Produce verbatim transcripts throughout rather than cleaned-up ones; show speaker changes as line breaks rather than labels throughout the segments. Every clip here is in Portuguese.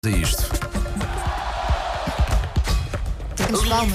É isto.
Temos palmas.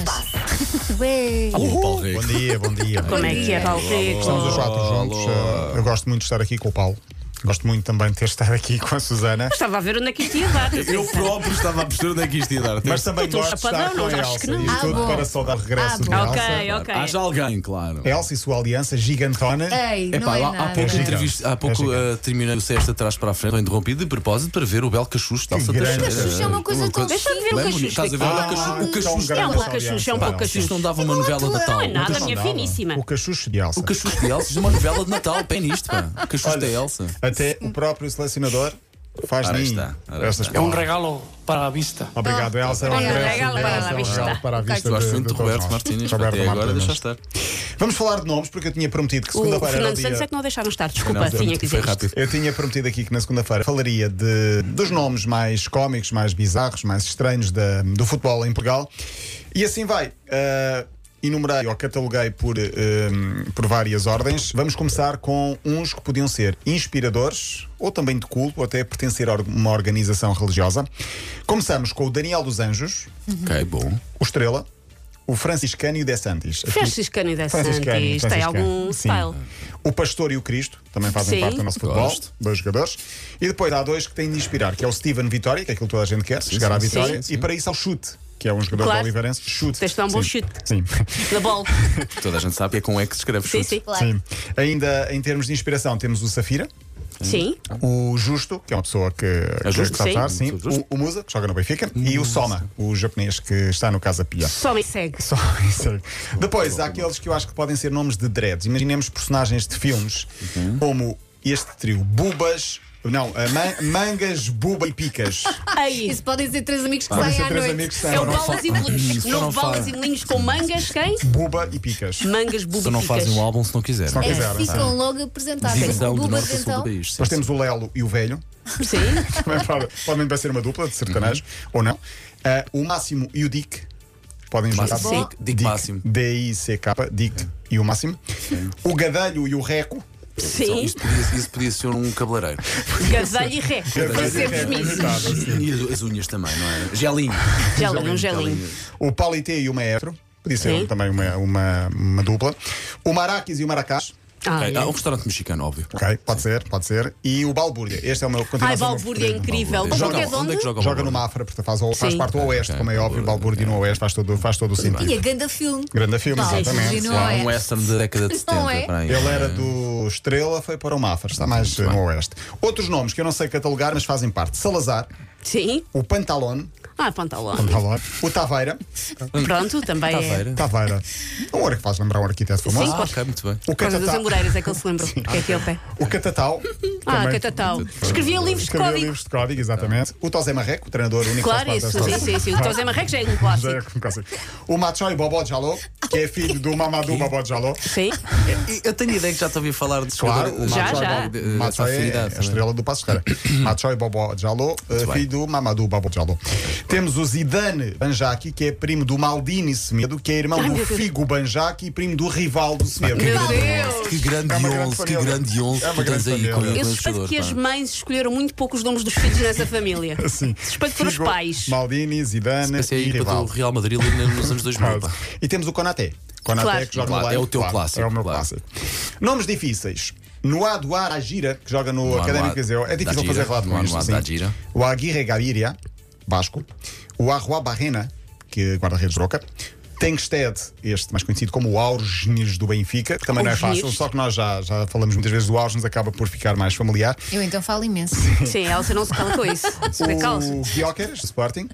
Alô, Paulo Rico.
Bom dia, bom dia.
Como é que é, Paulo Rico?
Estamos os quatro juntos. Eu gosto muito de estar aqui com o Paulo. Gosto muito também de ter estado aqui com a Susana.
Estava a ver onde é que isto ia dar.
Eu próprio estava a perceber onde é que isto ia dar.
Mas também
Estou
gosto de estar
chapadão,
com a
não, acho
Elsa.
que não.
E
Ah,
tudo
bom.
para saudar o regresso
Ah,
de
bom.
Elsa.
Ok, ok.
Haja alguém, claro.
Elsa e sua aliança gigantona.
Ei, não
Epá,
é
há, há
nada.
pouco,
gigante.
entrevista, há pouco
É gigante.
uh, terminei o sexta atrás para a frente, estou interrompido de propósito para ver o belo cachucho de Elsa
grande.
Teixeira.
Cachucho é uma coisa tão
Deixa-me ver o
Bem
cachucho.
bonito. Estás a ver? Olha o cachucho. O
tão
cachucho
grande
É um pouco
essa
cachucho, é um
aliança.
pouco cachucho.
Isto não dava uma novela de Natal.
Não é nada,
O
minha
Dava.
finíssima.
O cachucho de Elsa.
cachucho de Elsa, isto é uma novela de Natal. Pé nisto, pá. O cachucho da Elsa.
Até o próprio selecionador faz
Ora
de mim
está, ora
estas
está.
É um
palavras.
regalo para a vista.
Obrigado, Elsa. É um
Um
regresso
regalo
de
para
Elsa,
a
é um
vista.
regalo para a vista.
Gosto
de-
muito
de
do
todos
Roberto
nós.
Martínez.
Roberto
Até agora,
Martínez.
deixa estar.
Vamos falar de nomes, porque eu tinha prometido que
O
segunda-feira era o
Fernando Santos
dia.
é que não deixaram estar. Desculpa,
Não,
tinha que
foi
dizer isto.
rápido.
Eu tinha prometido aqui que na segunda-feira falaria de, dos nomes mais cómicos, mais bizarros, mais estranhos da- do futebol em Portugal. E assim vai. Uh, enumerei ou cataloguei por, um, por várias ordens. Vamos começar com uns que podiam ser inspiradores, ou também de culto, ou até pertencer a uma organização religiosa. Começamos com o Daniel dos Anjos,
Ok, bom.
o Estrela, o Franciscano e o De Santis. Aqui-
Franciscano e de
Franciscano,
Santis. Tem
Franciscano.
algum
Sim.
style.
O Pastor e o Cristo também fazem
Sim.
parte do nosso futebol.
Gosto.
Dois jogadores. E depois há dois que têm de inspirar, que é o Steven Vitória, que é aquilo que toda a gente quer, chegar à
sim,
vitória.
sim, sim.
E para isso há o Chute, que é um jogador
Claro.
do Oliveirense. Chute.
Tens de dar um bom
Sim.
chute.
Sim.
Na bola.
Toda a gente sabe que é com E que se escreve
Sim,
chute.
sim.
Claro.
Sim. Ainda em termos de inspiração, temos o Safira,
Sim.
o Justo, que é uma pessoa que, que
Justo,
sabe
sim.
usar, sim.
Sou Justo.
O, o Musa, que joga no Benfica, e o Soma, o japonês que está no Casa Pia.
Só me segue.
Só isso aí. Depois, há aqueles que eu acho que podem ser nomes de dreads. Imaginemos personagens de filmes como este trio: Bubas, não, a man- Mangas, Buba e Picas.
Aí.
Isso podem ser três amigos que
Podem
saem
ser
à
três
noite.
amigos que
É o
saem.
Balas e Melinhos.
Isso,
Novo
não
Balas
faz.
e Melinhos com mangas, quem?
Buba e Picas.
Mangas,
Só
buba
não
e picas.
fazem um álbum se não quiserem.
Não
É,
quiserem,
ficam logo apresentados.
Divisão do
Bubas,
norte a sul
então.
do país.
Depois temos o Lelo e o Velho.
Sim.
Também pode- Provavelmente vai ser uma dupla de sertanejo, ou não. Ah, o Máximo e o Dick. Podem juntar.
Máximo.
Bom.
Dick Máximo.
D I C K, Dick e o Máximo. O Gadelho e o Reco.
Sim.
Isto podia, isso podia ser um cabeleireiro.
Gazelho e ré. Para sermos missos.
E as unhas também, não é? Gelinho.
Gelinho, um gelinho.
O Palité e o Maestro. Podia ser
Sim.
também uma, uma, uma dupla. O Maracas e o Maracás.
Ah,
Ok, há um restaurante mexicano, óbvio.
Ok, pode ser, pode ser. E o Balbúrdia. Este é o meu continua
Ai,
a ser o meu
Balbúrdia é
preferido.
incrível.
Balbúrdia.
Balbúrdia é de
Joga- onde é
onde?
que joga o
Joga no
Balbúrdia?
Mafra, porque faz, o- faz
Sim.
parte do Oeste,
Ok,
como é óbvio.
Balbúrdia.
Balbúrdia no Oeste faz todo, faz todo o sentido.
E a ganda filme.
Grande filme,
Balbúrdia
exatamente.
no
Claro.
Oeste.
Um western da década de
Não
setenta.
é?
para aí.
Ele era do Estrela, foi para o Mafra, está mais eh, no Oeste. Outros nomes que eu não sei catalogar, mas fazem parte: Salazar,
Sim.
o Pantalón,
Ah, pantalão.
Pantalón, o Taveira,
Pronto, também é.
Taveira.
Taveira, um hora que faz lembrar um arquiteto famoso.
Ah, ok, muito bem.
O
Por causa das
Catatau,
amoreiras é que ele se lembra. O que é que ele tem?
o Catatau,
Ah,
também-
Catatau. Escrevia livros de
escreveu
código.
livros de código, exatamente. O Tosé Marreco, o treinador único que
Claro,
faz parte
isso.
desta-
Sim, sim, sim. O Tosé Marreco já é um
Já é
clássico.
um clássico. O Machoy Bobó Jaló, que é filho do Mamadou Bobó Jaló.
Sim.
Eu tenho ideia que já te ouvi falar de
Claro, o
Já,
Machoy
já.
Bobo-
de- dessa
Machoy é
afinidade,
a estrela do Passo Ferreira. Machoy Bobó Jaló, eh,
bem.
filho do Mamadou Bobó Jaló. Temos o Zidane Banjaki, que é primo do Maldini Semedo, que é irmão
Ai,
do
meu Deus.
Figo Banjaki e primo do Rivaldo Semedo.
Meu Deus.
Que grande
É uma grande
onze, que
família.
grande onze
É uma
que tens
grande
aí com
família.
com
Eu
esse
suspeito
jogador,
que as
pá.
mães escolheram muito pouco os nomes dos filhos nessa família.
Sim.
Suspeito que foram os
Figo,
pais.
Maldini, Zidane
Pensei
e
aí para o
Rivaldo.
Real Madrid ali nos anos dois mil. pá.
E temos o Konaté. Konaté
Claro.
que joga
Claro,
no
é
Leipzig,
o teu
claro,
clássico,
É o meu
claro.
clássico. Nomes difíceis. Noá Duar Agira, que joga no
Noá
Académico
Duar
de Viseu. É difícil
da
fazer
Gira.
relato com
Noá
isto.
Duar
sim.
da Gira.
O Aguirre Gaviria, Basco. O Arroa Barrena, que é guarda-redes de Roca. Tengsted, este mais conhecido como o Aurgenes do Benfica, que também não é fácil,
Aurgenes.
só que nós já, já falamos muitas vezes do Aurgenes, acaba por ficar mais familiar.
Eu então falo imenso.
Sim, a Elsa não se cala com isso. Se vê calça.
O Guioqueres, do Sporting.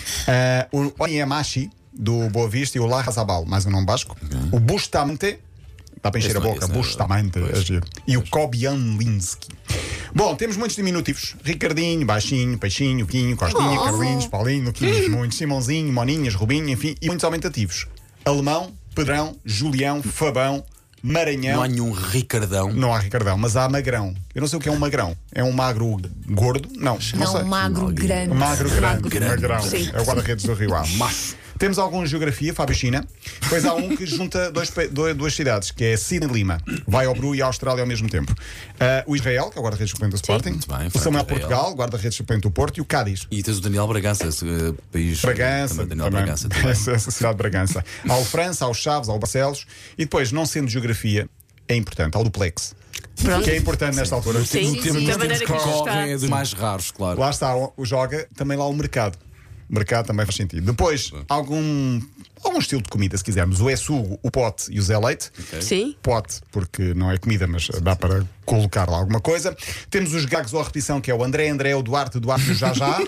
Ah, o Onyemachi, do Boa Vista. E o Larrazabal, mais um nome basco. O Bustamante, dá para encher
Esse
a
não-
boca,
esse não é-
Bustamante,
pois.
é giro. E o Kobian Linsky. Bom, temos muitos diminutivos: Ricardinho, Baixinho, Peixinho, Quinho, Costinha,
Oh.
Carlinhos, Paulinho, Quinhos, muitos, Simãozinho, Moninhas, Rubinho, enfim, e muitos aumentativos: Alemão, Pedrão, Julião, Fabão, Maranhão.
Não há nenhum Ricardão.
Não há Ricardão, mas há Magrão. Eu não sei o que é um Magrão. É um magro gordo? Não, não,
Não,
sei.
magro grande.
Um magro grande.
grande.
Magrão.
Sim.
É o guarda-redes do Rio Ave.
Macho.
Temos alguns de geografia, Fábio China. Depois há um que junta dois, pa- dois- duas cidades, que é Sydney e Lima. Vai ao Bru e à Austrália ao mesmo tempo. Ah, o Israel, que é o guarda-redes suplente do Sporting.
Muito bem,
O
Franco
Samuel
Israel.
Portugal, guarda-redes suplente do Porto. E o Cádiz.
E tens o Daniel Bragança, esse uh, país.
Bragança,
Também, Daniel
também.
Bragança também.
Essa, essa cidade de Bragança. Há o França, há o Chaves, há o Barcelos. E depois, não sendo geografia, é importante. Há o duplex.
Pronto.
Que é importante nesta altura.
Sim,
Sim,
sim,
sim.
da maneira que isto está.
Correm é dos mais raros, claro.
Lá está, o, o joga também lá o mercado. O mercado também faz sentido. Depois, algum, algum estilo de comida, se quisermos. O é-sugo, o pote e o Zé Leite.
Sim.
Pote, porque não é comida, mas dá para colocar lá alguma coisa. Temos os gagos ou a repetição, que é o André André, o Duarte, o Duarte, o Já Já.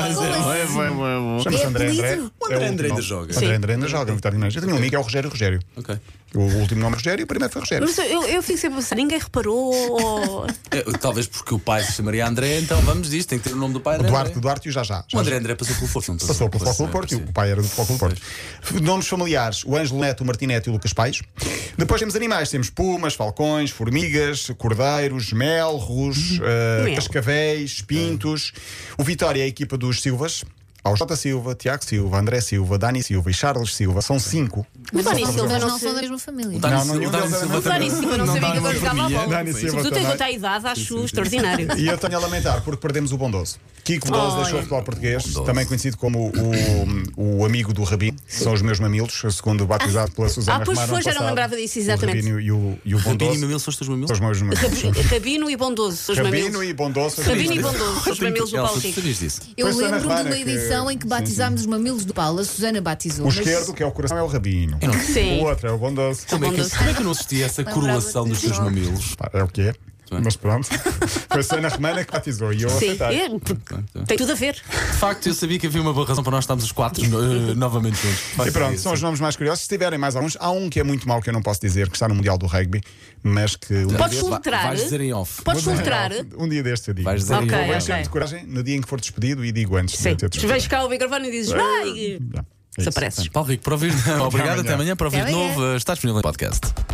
Oh,
Chama-se
É
André André.
apelido?
O André
É
André ainda
nome.
joga.
O André
Sim.
André ainda joga no Vitória Guimarães. Eu tenho um amigo que é o Rogério Rogério.
Ok.
O último nome é Rogério e o primeiro foi Rogério.
Mas eu, eu fico sempre a pensar, ninguém reparou. ou-
É, talvez porque o pai se chamaria André, então vamos disto, tem que ter o nome do pai.
O
André.
Duarte, o Duarte e o Já Já.
O André André passou pelo Porto. não
Passou pelo Futebol Clube do Porto e
sim.
o pai era do Futebol Clube do Porto. Nomes familiares: o Ângelo Neto, o Martinete e o Lucas Paes. Depois temos animais: temos pumas, falcões, formigas, cordeiros, melros, eh,
Mel.
cascavéis, pintos. O Vitória é a equipa dos Silvas. Há o Jota Silva, Tiago Silva, André Silva, Dani Silva e Charles Silva. São cinco.
Mas
Dani
não, são-
Silva
mas
não
não
se-
são da mesma família.
O Dani
Não,
Silva-
nenhum
o Dani
deles era
Silva
da
O Dani
também.
Silva não sabia
dá
que
uma
agora jogava a
família.
bola.
Dani Silva
Sobretudo
também.
enquanto a idade, acho extraordinário.
E eu tenho a lamentar porque perdemos o Bondoso. Kiko Bondoso
Ai.
deixou o futebol português,
Bondoso.
também conhecido como o, o amigo do Rabino. São os meus mamilos, segundo batizado pela Susana
Ah, pois
Romano
foi,
ano
já não
passado.
lembrava disso,
O
exatamente.
Rabino e o, e o
Rabino
Bondoso
e Mamilo são os teus mamilos?
são os meus mamilos.
Rabi- Rabino e bondoso, são os
Rabino
mamilos.
e Bondoso.
Rabino e bondoso, são os mamilos do
Elsa,
Paulo
tu
Rico.
sabias disso?
Eu
Foi Susana
lembro-me de
Romana
uma
que-
edição em que
sim,
batizámos os mamilos do Paulo. A Susana batizou.
O
mas-
esquerdo, que é o coração, é o Rabino.
Sim.
O outro é o Bondoso.
Como é, que,
Bondoso.
como é que eu não assisti a essa coroação dos teus mamilos?
Pá, é o que é. Mas pronto. Foi a Susana Romana que batizou e eu
Sim,
aceitei.
é, porque tem tudo a ver.
De facto, eu sabia que havia uma boa razão para nós estarmos os quatro eh, novamente juntos. De facto,
E pronto,
é
são
assim.
os nomes mais curiosos. Se tiverem mais alguns, há um que é muito mau que eu não posso dizer, que está no Mundial do Rugby, mas que um
Podes
dia,
filtrar.
Vais dizer em off.
Podes
Vou dizer,
filtrar.
um dia deste eu digo.
Vais dizer
Ok,
em
Vou
off.
ok.
encher de coragem no dia em que for despedido e digo antes.
Sim.
de ter despedido.
Vais cá o microfone e dizes, vai!
Já, é isso.
Desapareces.
Paulo Rico, para ouvir. Obrigado,
amanhã.
até amanhã. Para ouvir
Até
de
amanhã.
novo, eh, está disponível em podcast.